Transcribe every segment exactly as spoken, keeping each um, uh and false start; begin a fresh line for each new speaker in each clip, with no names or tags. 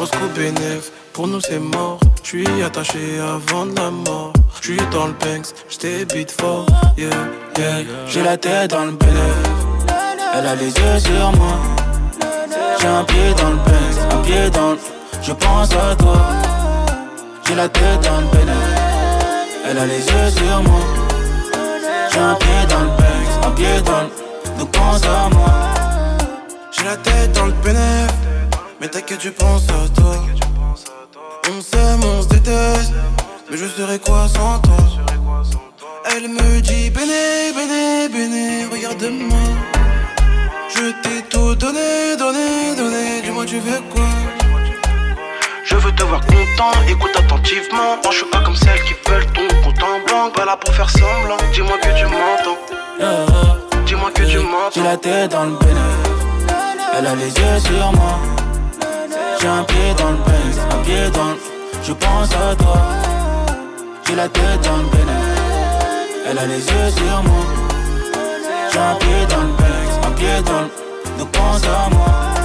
Pense qu'au bénéf, pour nous c'est mort. J'suis attaché avant de la mort. J'suis dans le Banks, j't'ai beat fort. Yeah, yeah. J'ai la tête dans le bénéf. Elle a les yeux sur moi. J'ai un pied dans le Banks, un pied dans le... Je pense à toi. J'ai la tête dans le bénéf. Elle a les yeux sur moi. J'ai un pied dans le Banks, un pied dans le... Donc pense à moi. J'ai la tête dans le bénéf. Mais t'inquiète, je pense à toi. On s'aime, on se déteste. Mais je serais quoi sans toi? Elle me dit béné, béné, béné, regarde-moi. Je t'ai tout donné, donné, donné. Dis-moi tu veux quoi? Je veux te voir content, écoute attentivement. Moi je suis pas comme celles qui veulent ton compte en blanc. Pas là pour faire semblant, dis-moi que tu m'entends. Yeah. Dis-moi que tu m'entends. J'ai la tête dans le bénéf. Elle a les yeux sur moi. J'ai un pied dans le Banks, un pied dans le... Je pense à toi. J'ai la tête dans le bénéf. Elle a les yeux sur moi. J'ai un pied dans le Banks, un pied dans le... Donc pense à moi.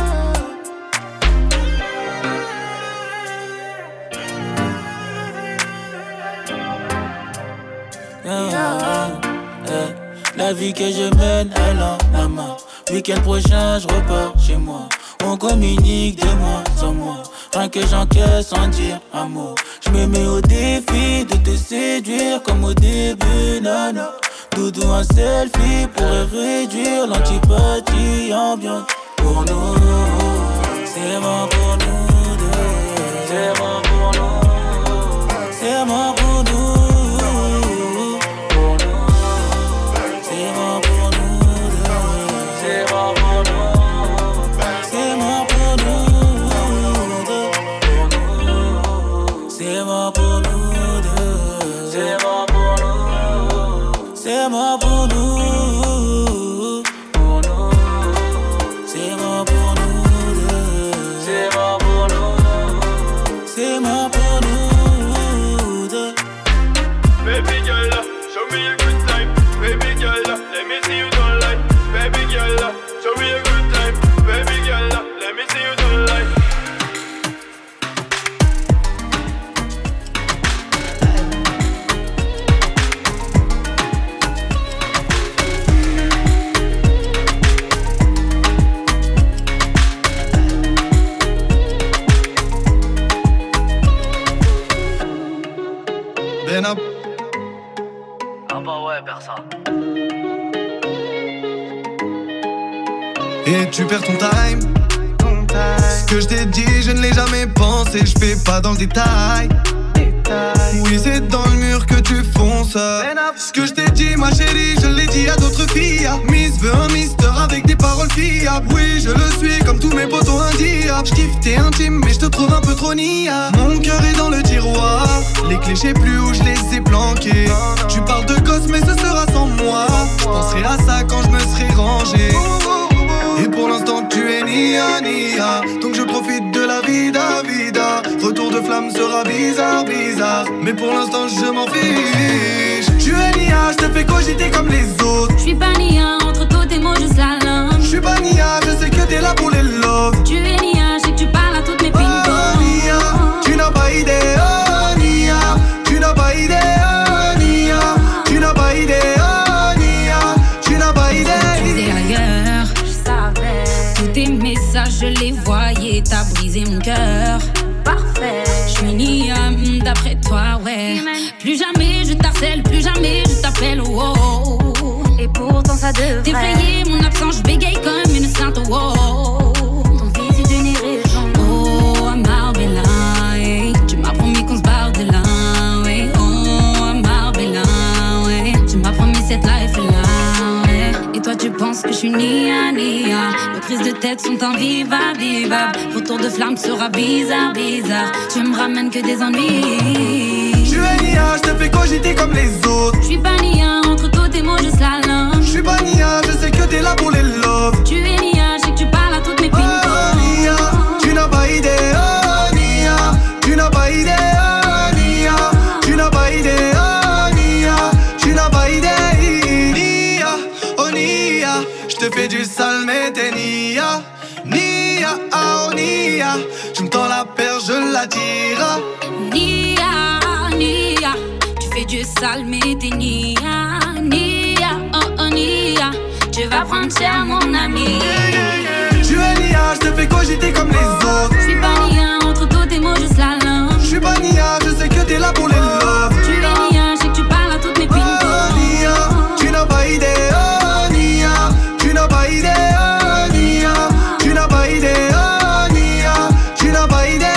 Yeah, yeah, yeah. La vie que je mène, elle en a marre. Week-end prochain, je repars chez moi. On communique de moi sans moi. Rien que j'encaisse sans dire un mot. Je me mets au défi de te séduire comme au début, nana. Doudou un selfie pourrait réduire l'antipathie ambiante. Pour nous, c'est bon pour nous deux. C'est bon pour nous. C'est bon pour nous. C'est moi pour nous, pour nous. C'est moi pour nous deux. C'est moi pour nous. C'est moi pour nous deux.
Baby girl, show me a good time. Baby girl, let me see you don't lie. Baby girl, show me a good time. Baby girl, let me see you don't lie.
Ah bah ouais, personne.
Et tu perds ton time. Ce que je t'ai dit, je ne l'ai jamais pensé. Je fais pas dans le détail. Oui, c'est dans le mur que tu fonces. Ce que je t'ai dit, ma chérie, je l'ai dit à d'autres filles. Miss veut un mister avec des paroles fiables. Oui, je le suis comme tous mes potos indiables. Je kiffe t'es intime, mais je te trouve un peu trop nia. Mon cœur est dans le tiroir. Les clés, je sais plus où je les ai planquées. Tu parles de gosse, mais ce sera sans moi. Je penserai à ça quand je me serai rangé. Et pour l'instant tu es nia nia. Donc je profite de la vida vida. Retour de flamme sera bizarre bizarre. Mais pour l'instant je m'en fiche. Tu es nia, je te fais cogiter comme les autres.
Je suis pas nia, entre toi tes mots je slalom.
Je suis pas nia, je sais que t'es là pour les love.
Tu es nia, je sais que tu parles à toutes mes ping-pong.
Oh nia, tu n'as pas idée. Oh nia, tu n'as pas idée. Oh nia, tu n'as pas idée. Oh nia, tu n'as pas idée.
Tu es ailleurs, je savais. Tous tes messages je les voyais, t'as brisé mon cœur. Parfait. Je suis nia, d'après toi, ouais. Plus jamais je t'harcèle, plus jamais je t'appelle, oh, oh, oh.
Et pourtant ça devrait
t'effrayer mon absence, je bégaye comme une sainte, oh, oh.
Ton physique d'une raison.
Oh, Marbella, hey. Tu m'as promis qu'on se barre de là, ouais. Oh, Marbella, ouais. Tu m'as promis cette life-là, ouais. Et toi tu penses que je suis nia, nia. Nos prises de tête sont invivables, vivables. Retour de flamme sera bizarre, bizarre. Tu me ramènes que des ennuis.
Tu es nia, je te fais cogiter comme les autres.
Je suis pas nia, entre toi tes mots je slalom.
Je suis pas nia, je sais que t'es là pour les love.
Tu es nia, je sais que tu parles à toutes mes ping-pong.
Oh nia, tu n'as pas idée. Oh nia, tu n'as pas idée. Oh nia, tu n'as pas idée. Oh nia, tu n'as pas idée. Nia, oh nia, je te fais du sale mais t'es nia. Nia, oh nia, tu me tends la perle t'attira.
Nia, Nia, tu fais du sale mais t'es Nia, Nia, oh oh Nia, tu vas prendre cher mon ami.
Tu es Nia, je te fais cogiter comme les autres.
Je suis pas Nia, entre tous tes mots je slalom.
Je suis pas Nia, je sais que t'es là pour les love.
Tu es Nia, je sais que tu parles à toutes mes pintos.
Oh Nia, tu n'as pas idée, oh Nia, tu n'as pas idée, oh Nia, tu n'as pas idée, oh Nia, tu n'as pas idée.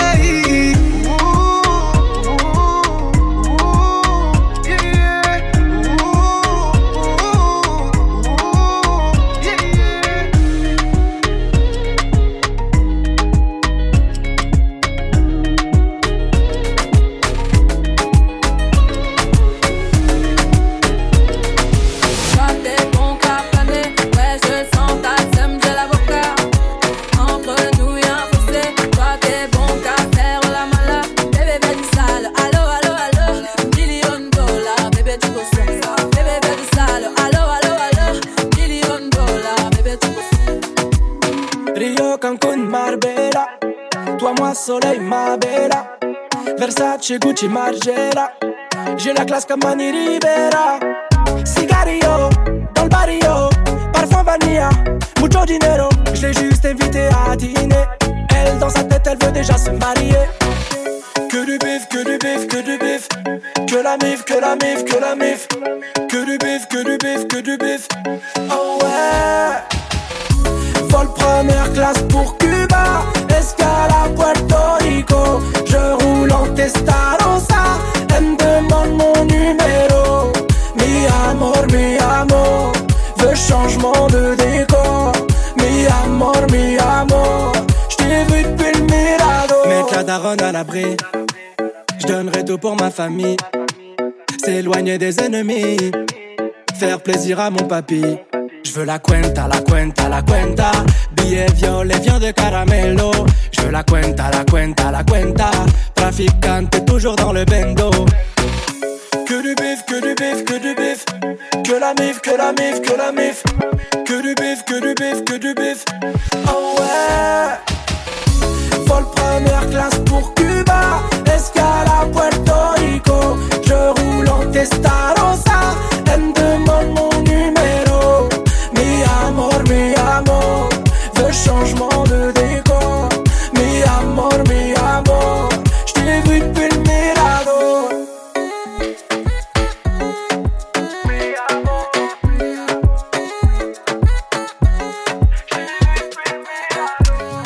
Soleil, ma bella, Versace, Gucci, Margiela. J'ai la classe comme Manny Ribera. Cigarillo, dans le barrio, parfum vanilla, mucho dinero. Je l'ai juste invitée à dîner. Elle, dans sa tête, elle veut déjà se marier. Que du bif, que du bif, que du bif. Que la mif, que la mif, que la mif. Que du bif, que du bif, que du bif. Oh ouais. Vol première classe pour Cuba. Escale à Puerto Rico. Je roule en Testarossa. Elle me demande mon numéro. Mi amor, mi amor. Veux changement de décor. Mi amor, mi amor. J't'ai vu depuis le Mirador. Mettre la daronne à l'abri. J'donnerai tout pour ma famille. S'éloigner des ennemis. Faire plaisir à mon papy. J'veux la cuenta, la cuenta, la cuenta. Billets violet, viande de caramelo. J'veux la cuenta, la cuenta, la cuenta. Traficante, toujours dans le bendo. Que du bif, que du bif, que du bif. Que la mif, que la mif, que la mif. Que du bif, que du bif, que du bif. Oh ouais. Vol première classe pour Cuba. Escale à Puerto Rico. Je roule en Testarossa. Elle me demande mon numéro. Mi amor, mi amor. Veux changement de décor. Mi amor, mi amor. J't'ai vu depuis le Mirador. Mi amor, mi amor. J't'ai vu depuis le Mirador.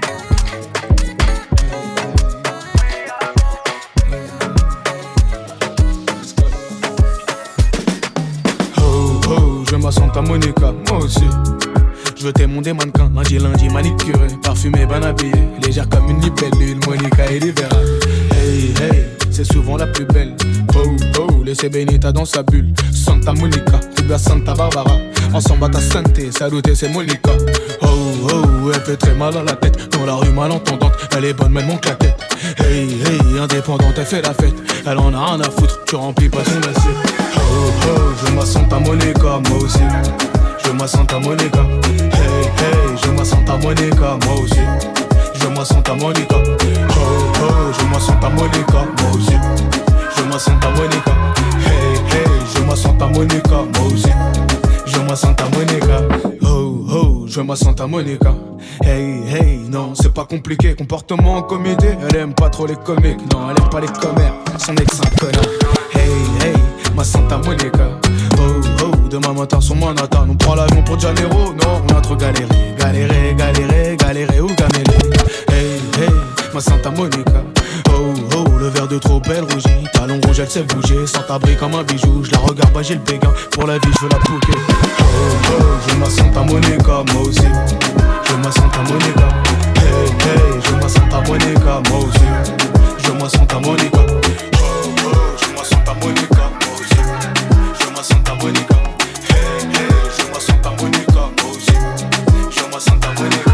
Oh oh, je me Santa Monica, moi aussi. Je veux t'aimer des mannequins, lundi lundi manicuré, parfumé, bien habillé, légère comme une libellule, Monica et Rivera. Hey hey, c'est souvent la plus belle. Oh oh, laissez Benita dans sa bulle. Santa Monica, tu Santa Barbara. Ensemble à ta santé, salute c'est Monica. Oh oh, elle fait très mal à la tête. Dans la rue malentendante, elle est bonne même mon claquette. Hey hey, indépendante, elle fait la fête. Elle en a rien à foutre, tu remplis pas son assiette. Oh oh, je me Santa Monica, moi aussi. Je me Santa Monica. Hey hey, je me Santa Monica, moi aussi. Je me Santa Monica. Oh oh, je me Santa Monica, moi aussi. Je me Santa Monica. Hey hey, je me Santa Monica, moi aussi. Je me Santa Monica. Oh oh, je me Santa Monica. Hey hey, non c'est pas compliqué. Comportement en comité, elle aime pas trop les comiques. Non, elle aime pas les commères, son ex un connard. Hey hey, ma Santa Monica. Oh oh, demain matin sur Manhattan, on prend l'avion pour Janeiro. Non, on a trop galéré, galéré, galéré, galéré ou gamélé. Hey hey, ma Santa Monica. Oh oh, le verre de trop belle rougit. Talon rouge, elle sait bouger, sans abri comme un bijou. Je la regarde, bah j'ai le béguin. Pour la vie, je veux la bouquer. Oh oh, je me Santa Monica, moi aussi. Je me Santa Monica. Hey hey, je me Santa Monica, moi aussi. Je me Santa Monica. Oh oh, je me Santa Monica, moi aussi. Je me Santa Monica. Hey hey, je me Santa Monica, moi aussi. Je me Santa Monica.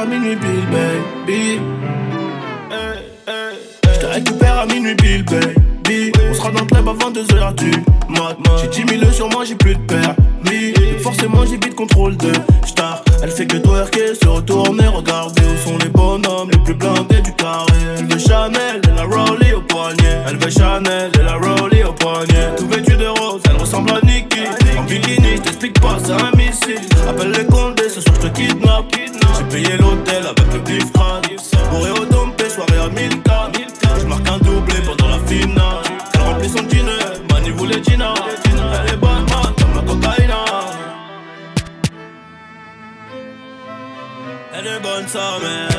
à minuit pile, baby. J'te récupère à minuit pile, baby. On sera dans le club à vingt-deux heures du mat. J'ai dix mille sur moi, j'ai plus de permis. Forcément j'évite contrôle de star. Elle fait que twerker, se retourner, regarder où sont les bonhommes les plus blindés du carré. Elle veut Chanel, elle a Rollie au poignet. Elle veut Chanel, elle a Rollie au poignet. Tout vêtu de rose, elle ressemble à Nicki. En bikini, j't'explique pas, c'est un missile. Appelle les condés, ce soir j'te kidnappe. J'ai payé l'hôtel avec le bif crade. Bourré au dompé, soirée à mille K. J'marque un doublé pendant la finale. Elle remplit son dîner, Mani voulait Gina. Elle est bonne man comme la cocaïna. Elle est bonne sa mère.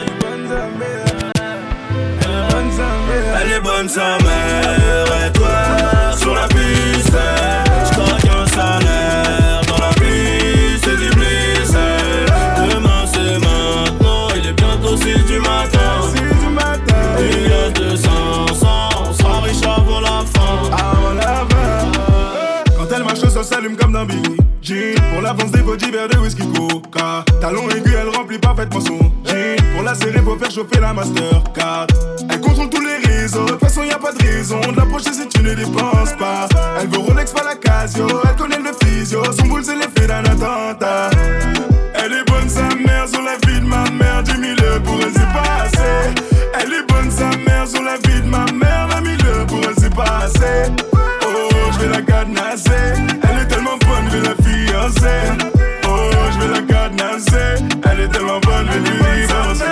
Elle est bonne sa mère. Et toi sur la piste, j'croque un salaire. Dans la pluie c'est du blissé. Demain c'est maintenant. Il est bientôt six du matin. Il y a deux cents, on sera riche avant la fin.
Avant la fin. Quand elle marche, ça s'allume comme dans Billie Jean. Pour l'avance des body verres de whisky coca. Talon aigu, elle remplit parfaitement son jean. Pour la serrer, faut faire chauffer la Mastercard. Elle contrôle tous les réseaux, de toute façon y'a pas de raison de l'approcher si tu ne dépenses pas. Elle veut Rolex, pas la Casio, elle connaît le physio. Son boule c'est l'effet d'un attentat. Elle est bonne sa mère sur la vie de ma mère. Dix mille pour elle c'est pas assez. Elle est bonne sa mère sur la vie de ma mère. Vingt mille pour elle c'est pas assez. Oh je vais la cadenasser. Elle est tellement bonne, je vais la fiancer. Oh je vais la cadenasser. Elle est tellement bonne, je vais lui divorcer.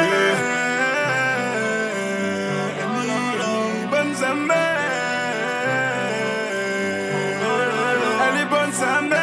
Elle est bonne sa mère. Elle est bonne sa mère.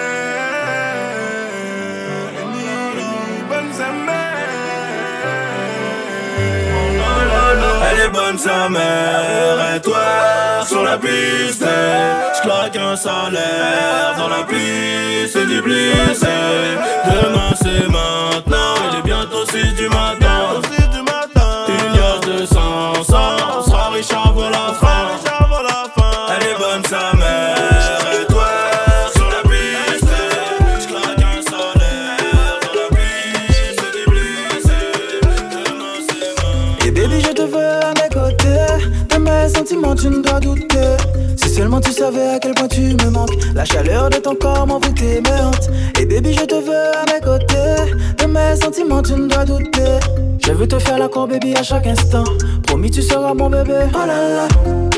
Elle est bonne sa mère. Et toi sur la piste, j'claque un salaire. Dans la pluie c'est du blissé. Demain c'est maintenant. Il est bientôt six du matin. Il y a deux cents, on sera riche avant la fin. Elle est bonne sa mère. Et toi sur la piste, j'claque un salaire. Dans la pluie c'est du blissé. Demain c'est maintenant.
Et baby je te veux à mes côtés. De mes sentiments tu ne dois douter. Si seulement tu savais à quel point tu me manques. La chaleur de ton corps m'envoûte et me hante. Et baby je te veux à mes côtés. De mes sentiments tu ne dois douter. Je veux te faire la cour baby à chaque instant. Promis tu seras mon bébé. Oh là là,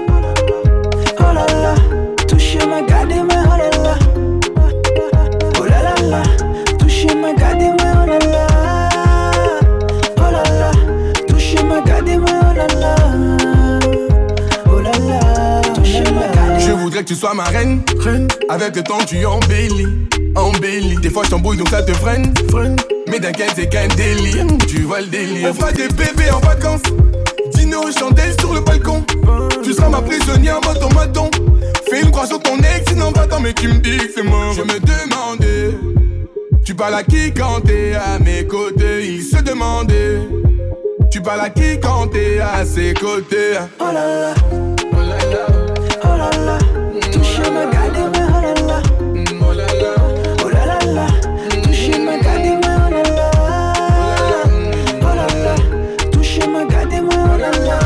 oh là là. Touchez-moi, gardez-moi, oh là là. Oh là là là. Touchez-moi, gardez-moi, oh là là. Oh là là. Touchez-moi, gardez-moi, oh là là. Oh là là. Touchez-moi, gardez-moi.
Je voudrais que tu sois ma reine, reine. Avec le temps tu embellis, embellis. Des fois je t'embrouille donc ça te freine, freine. Mais t'inquiète c'est qu'un délire, tu vois le délire. On fera des bébés en vacances, dîner aux chandelles sur le balcon. Tu seras ma prisonnière, moi ton maton. Fais une croix sur ton ex, sinon va-t'en. Mais tu me dis que c'est mort. Je me demandais, tu parles à qui quand t'es à mes côtés? Il se demandait, tu parles à qui quand t'es à ses côtés?
Oh là là, oh là là, oh là là. Touchez-moi, gardez-moi, oh là là.
Oh là là,
oh là là là. Touchez-moi, gardez-moi, oh là là. Oh là là, touchez-moi, gardez-moi, oh là là.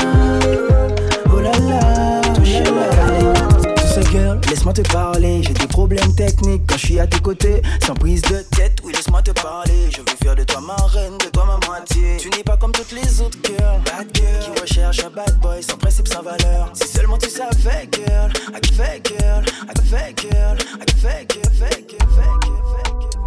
Oh là là, touchez-moi, gardez-moi. Tu sais girl, laisse-moi te parler. J'ai des problèmes techniques quand je suis à tes côtés. Sans prise de tête, oui laisse-moi te parler. Je veux faire de toi ma reine, de toi ma moitié. Tu n'es pas comme toutes les autres girls, bad girl, qui recherchent un bad boy sans principe, sans valeur. Si seulement tu savais girl, I can fake girl, I can fake girl, I can fake it, fake it, fake it, fake it.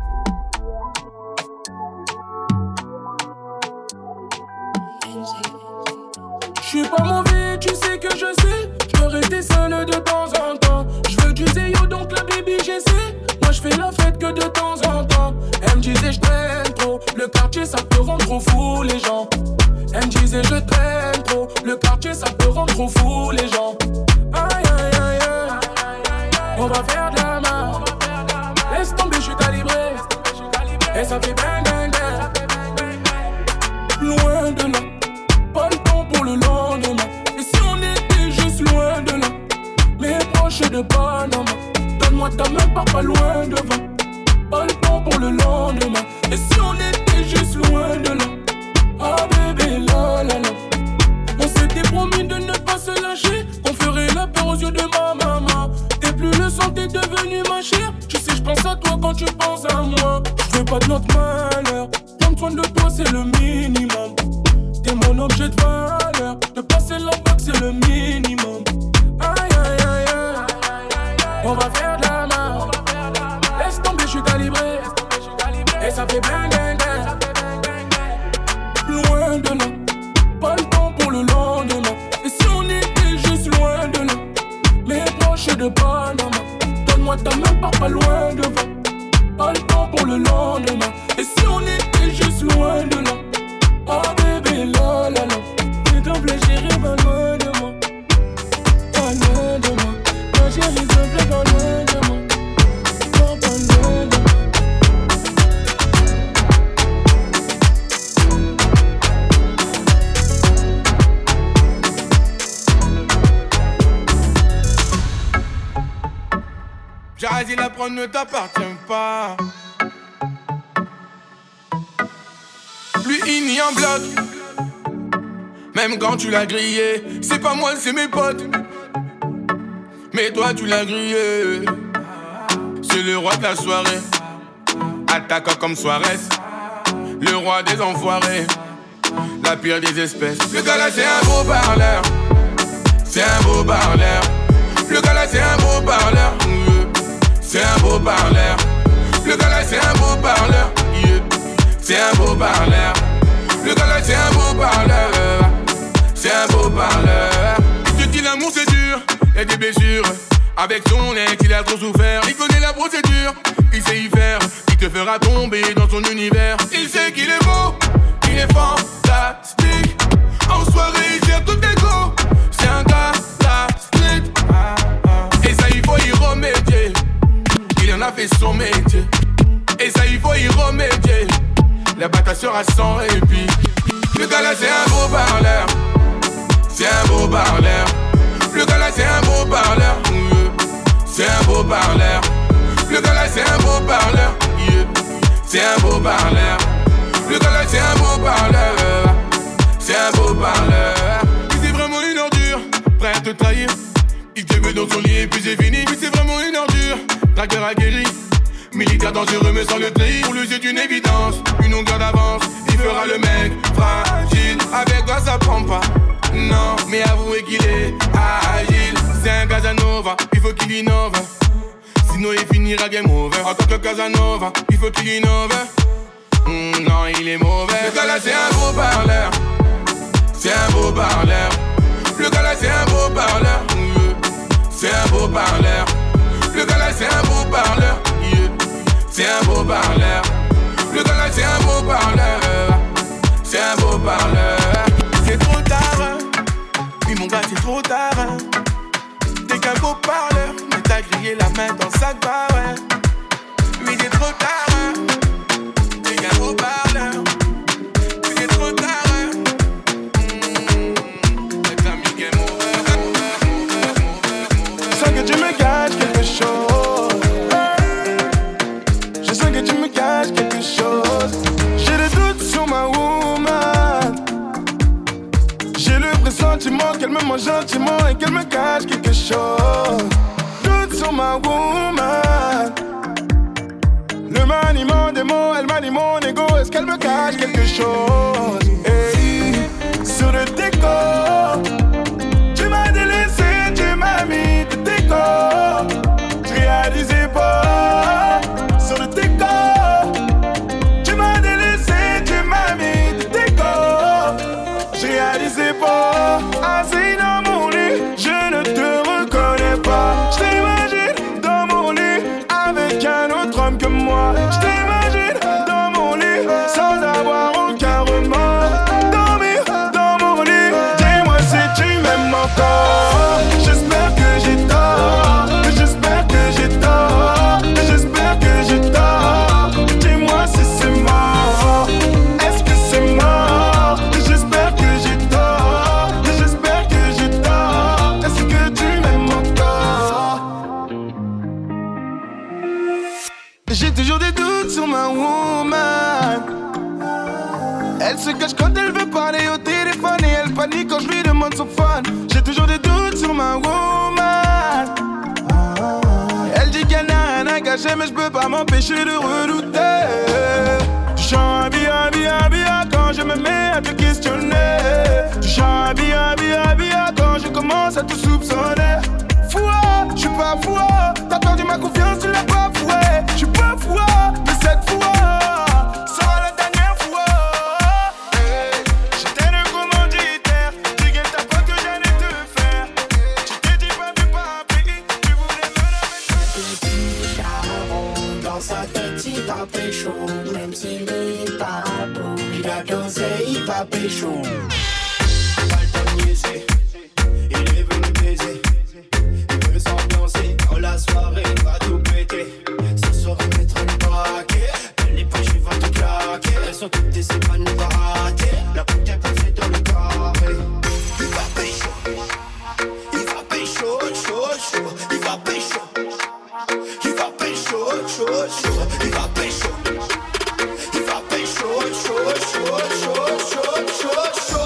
J'suis pas mauvais, tu sais que je sais. J'peux rester seul de temps en temps. J'veux du zéyo donc la baby j'essaie. Moi j'fais la fête que de temps en temps. Elle me disait j'traîne trop. Le quartier ça peut rendre trop fou les gens. Elle me disait je traîne trop. Le quartier ça peut rendre trop fou les gens. Aïe aïe aïe aïe. On va faire de la main. Laisse tomber, j'suis calibré. Et ça fait bang bang bang. Loin de là. Pas le temps pour le lendemain. Et si on était juste loin de là, mes proches de Panama. Donne-moi ta main, pars pas loin devant. Pas le temps pour le lendemain. Et si on était juste loin pas de notre malheur. Prendre soin de toi, c'est le minimum. T'es mon objet de valeur. De passer la bague, c'est le minimum. Aïe aïe aïe aïe. On va faire de la main. Laisse tomber, je suis calibré. Et ça fait bang bang bang. Loin de là, pas le temps pour le lendemain. Et si on était juste loin de là, mes proches de Panama. Donne-moi ta main, pars pas loin devant. Pas le temps pour le lendemain. Et si on était juste loin de là, oh bébé la la la. S'il te plaît chérie, va loin de moi. Pas loin de moi. Ma chérie, s'il te plaît, va loin de moi. Non, pas loin de moi.
J'ai dit la prendre ne t'appartient pas. Lui il nie en bloc. Même quand tu l'as grillé. C'est pas moi, c'est mes potes. Mais toi tu l'as grillé. C'est le roi de la soirée. Attaquant comme Suarez. Le roi des enfoirés. La pire des espèces. Le gars là c'est un beau parleur. C'est un beau parleur. Le gars là c'est un beau parleur. C'est un beau parleur. Le gars là c'est un beau parleur. Yeah. C'est un beau parleur. Le gars là c'est un beau parleur. C'est un beau parleur. Il te dit l'amour c'est dur, y'a des blessures. Avec son ex il a trop souffert. Il connaît la procédure, il sait y faire. Il te fera tomber dans son univers. Il sait qu'il est beau, il est fantastique. En soirée il tire tout égo. C'est un gars la street. Et ça il faut y remédier. Il en a fait son métier. Et ça il faut y remédier. La bataille sera sans répit. Le gars là c'est un beau parleur. C'est un beau parleur. Le gars là c'est un beau parleur. C'est un beau parleur. Le gars là c'est un beau parleur. C'est un beau parleur. Le gars là c'est un beau parleur. C'est un beau parleur. Il c'est vraiment une ordure, prêt à te trahir. Il te met dans son lit et puis c'est fini. Puis c'est vraiment une ordure, traqueur aguerri. Militaire dangereux mais sans le trahir. Pour lui c'est une évidence, une longueur d'avance. Il fera le mec fragile. Avec toi ça prend pas, non. Mais avouez qu'il est agile. C'est un Casanova, il faut qu'il innove. Sinon il finira game over. En tant que Casanova, il faut qu'il innove. mmh, Non il est mauvais. Le gars là c'est un beau parleur. C'est un beau parleur. Le gars là c'est un beau parleur. C'est un beau parleur. Le gars là c'est un beau parleur. C'est un beau parleur. Le gars là c'est un beau parleur. C'est un beau parleur. C'est trop tard. Oui mon gars c'est trop tard. T'es qu'un beau parleur. Mais t'as grillé la main dans sa barre. Oui c'est trop tard. T'es qu'un beau parleur. Oui c'est trop tard.
Je sens que tu me caches quelque chose. Je sens que tu me caches quelque chose. J'ai des doutes sur ma woman. J'ai le pressentiment qu'elle me mange gentiment et qu'elle me cache quelque chose. Doute sur ma woman. Le maniement des mots, elle manie mon ego. Est-ce qu'elle me cache quelque chose? Hey, sur le décor. Tu m'as délaissé, tu m'as mis de décor. Je réalisais pas. Sur le décor. Tu m'as délaissé, tu m'as mis de décor. Je réalisais pas. Assis dans mon lit, je ne te reconnais pas. Je t'imagine dans mon lit avec un autre homme que moi. Je t'imagine dans mon lit sans avoir aucun remords. Dormir dans mon lit. Dis-moi si tu m'aimes encore. J'espère que j'ai tort. J'espère que j'ai tort. J'espère que j'ai tort. Dis-moi si c'est mort. Est-ce que c'est mort? J'espère que j'ai tort. J'espère que j'ai tort. Est-ce que tu m'aimes encore? J'ai toujours des doutes sur ma woman. Elle se cache quand elle veut parler au téléphone et elle panique quand je lui demande son phone. J'ai toujours des doutes sur ma woman. Elle dit qu'elle n'a rien à
caché, mais je peux pas m'empêcher de redouter. Tu chantes bien, bien, bien quand je me mets à te questionner. Tu chantes bien, bien, bien quand je commence à te soupçonner. Foua, je suis pas foua. T'as perdu ma confiance, tu l'as pas foué. Je suis pas foua, mais cette fois sera la dernière fois. Hey, j'étais le commanditaire. Tu gagnes ta pote que j'allais te faire. Tu t'es dit pas vu papi. Tu voulais me la mettre.
Petit charron, dans sa tête il va pécho. Même s'il est pas beau, il a dosé, il va pécho.
Pas le temps de niaiser. Il est venu baiser. Il veut s'ambiancer. Dans la soirée, il va tout péter. Ce soir, il mettra le paquet. Elle n'est pas, je vais tout claquer. Elles sont toutes des pas ne pas rater. La pute est posée dans le carré. Il va pécho. Il va pécho, chaud, chaud. Il va pécho. Il va pécho, chaud, chaud. Il va pécho. Il va pécho, chaud, chaud, chaud, chaud, chaud, chaud.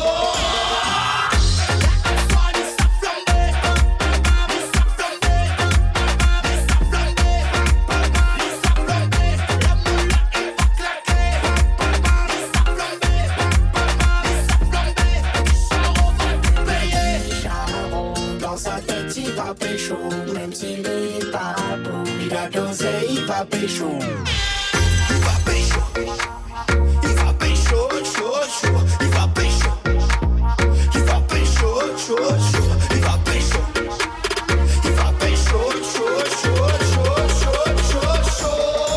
Pécho, même s'il est pas beau, il a dosé, il va pécho.
Il va pécho. Il va pécho, chaud, chaud. Il va pécho. Il va pécho, chaud, chaud. Il va pécho. Il va pécho, chaud, chaud, chaud, chaud, chaud, chaud.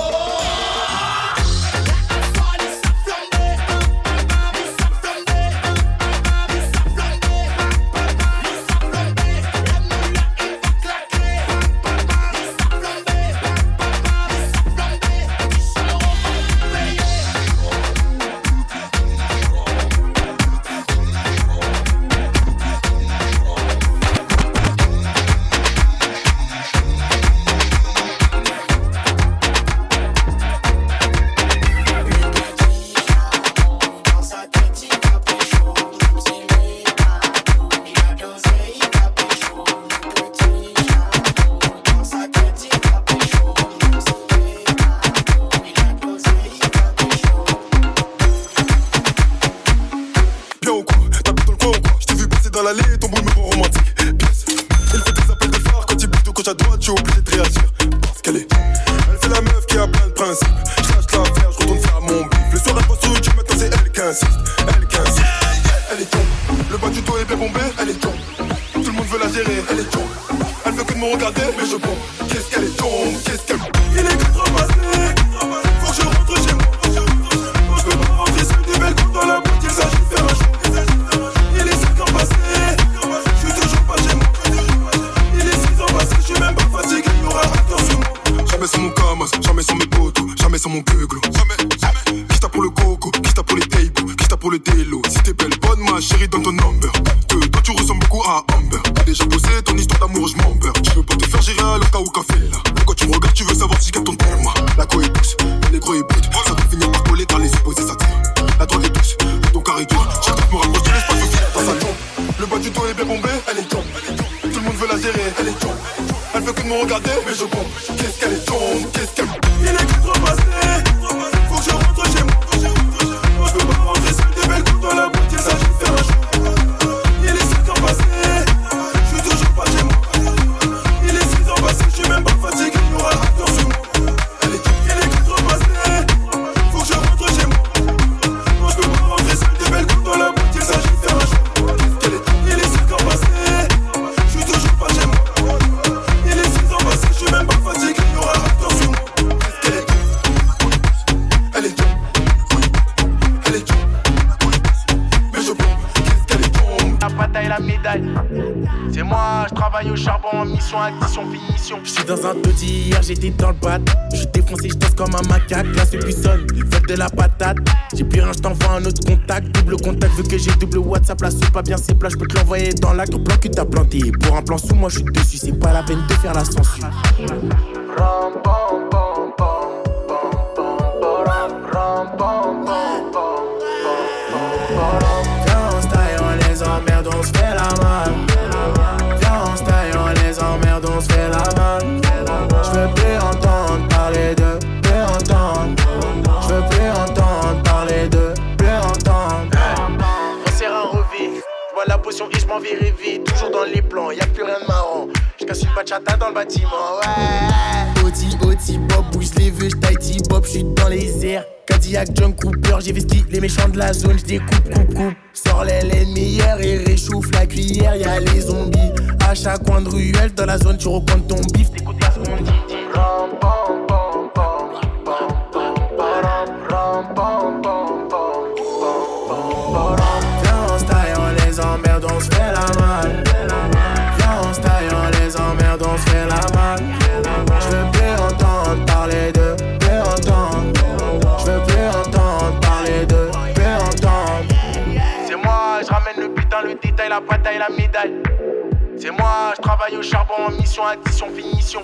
J'suis dans un taudis, hier j'étais dans le bat. J'suis défoncé, j'tasse comme un macaque. Là c'est buissonne, ils veulent de la patate. J'ai plus rien, j't'envoie un autre contact. Double contact, vu que j'ai double WhatsApp. Là c'est pas bien, c'est plat, j'peux te l'envoyer dans l'acte. Ton plan que t'as planté, pour un plan sous moi j'suis dessus. C'est pas la peine de faire la censure. Viens on se taille, on les emmerde, on se fait la malle. Viens on se taille, on les emmerde, on se fait la malle. J'veux plus entendre
m'en virais vite, toujours dans les plans, y'a plus rien de marrant. J'casse une bachata dans le bâtiment, ouais.
Oti, oti, Bob, bouge les vœux, j'taille Bob, j'suis dans les airs. Cadillac, John Cooper, j'ai vesti les méchants de la zone, j'découpe, coupe, coupe. Sors les laines meilleures et réchauffe la cuillère, y'a les zombies. À chaque coin de ruelle, dans la zone, tu recomptes ton bif, t'écoutes pas ce qu'on dit.
Viens, on se taille, on les emmerde, on se fait la malle. Viens, on se taille, on les emmerde, on se fait la malle. J'veux plus entendre parler de, plus entendre. J'veux plus entendre parler de, plus entendre. C'est moi, j'ramène le putain, le détail, la bataille, la médaille. C'est moi, j'travaille au charbon en mission, addition, finition.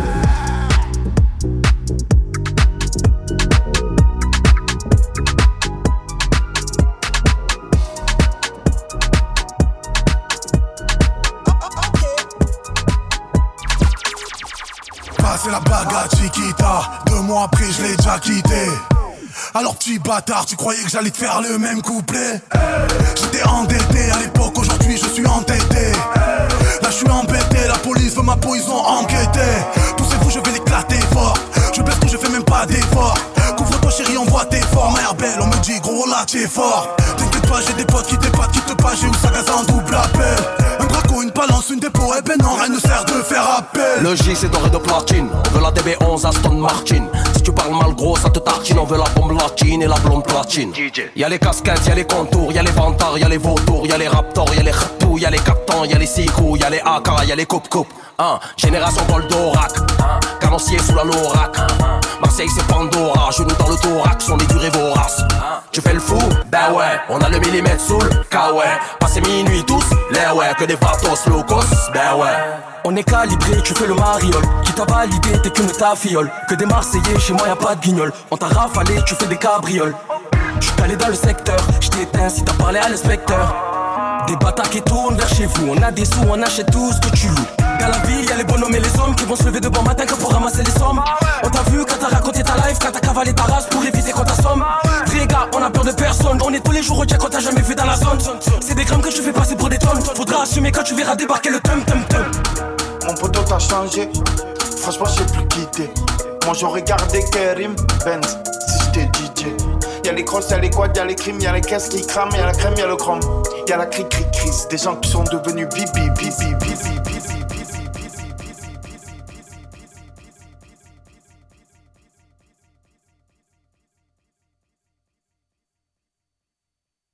C'est la bague à Chiquita. Deux mois après je l'ai déjà quitté. Alors petit bâtard, tu croyais que j'allais te faire le même couplet? J'étais endetté à l'époque, aujourd'hui je suis entêté. Là je suis embêté, la police veut ma peau, ils ont enquêté. Poussez-vous, je vais l'éclater fort. Je baisse que je fais même pas d'effort. Couvre-toi chérie, envoie tes forts. Mère belle, on me dit gros là t'es fort. T'inquiète pas, j'ai des potes qui t'épatent, qui te pas. J'ai où ça gaz en double appel. Un braco, une balance, une dépôt, eh ben non, rien ne sert de faire appel.
Le J c'est doré de platine, on veut la D B onze Aston Martin. Si tu parles mal gros, ça te tartine, on veut la bombe latine et la blonde platine. Y'a les casquettes, y'a les contours, y'a les vantards, y'a les vautours, y'a les raptors, y'a les khatous, y'a les captans, y'a les sicous, y'a les A K, y'a les coupe-coupe. Hein, génération Goldorak, hein, canoncier sous la Lorac. Hein, Marseille c'est Pandora, genoux dans le thorax, on est duré vorace. Hein, tu fais le fou? Ben ouais, on a le millimètre sous le K-ouais. Passé minuit tous, les ouais, que des vatos low cost, ben ouais.
On est calibré, tu fais le mariole. Qui t'a validé, t'es qu'une tafiole. Que des Marseillais, chez moi y'a pas de guignol. On t'a rafalé, tu fais des cabrioles. J'suis allé dans le secteur, j't'éteins si t'as parlé à l'inspecteur. Des bâtards qui tournent vers chez vous. On a des sous, on achète tout ce que tu loues. Dans la ville, y'a les bonhommes et les hommes qui vont se lever de bon matin que pour ramasser les sommes. On t'a vu quand t'as raconté ta life, quand t'as cavalé ta race pour éviter qu'on t'assomme. Vrai gars, on a peur de personne. On est tous les jours au check qu'on t'a jamais vu dans la zone. C'est des grammes que tu fais passer pour des tonnes. Faudra assumer quand tu verras débarquer le tum tum tum.
Mon poteau t'a changé, franchement je sais plus quitter. Moi j'aurais gardé Kerim Benz si j'étais D J. Y'a les crosses, y'a les quads, y'a les crimes, y'a les caisses qui crament, y'a la crème, y'a le chrome. Y'a la cri cri crise, des gens qui sont devenus bibi bibi bibi bibi.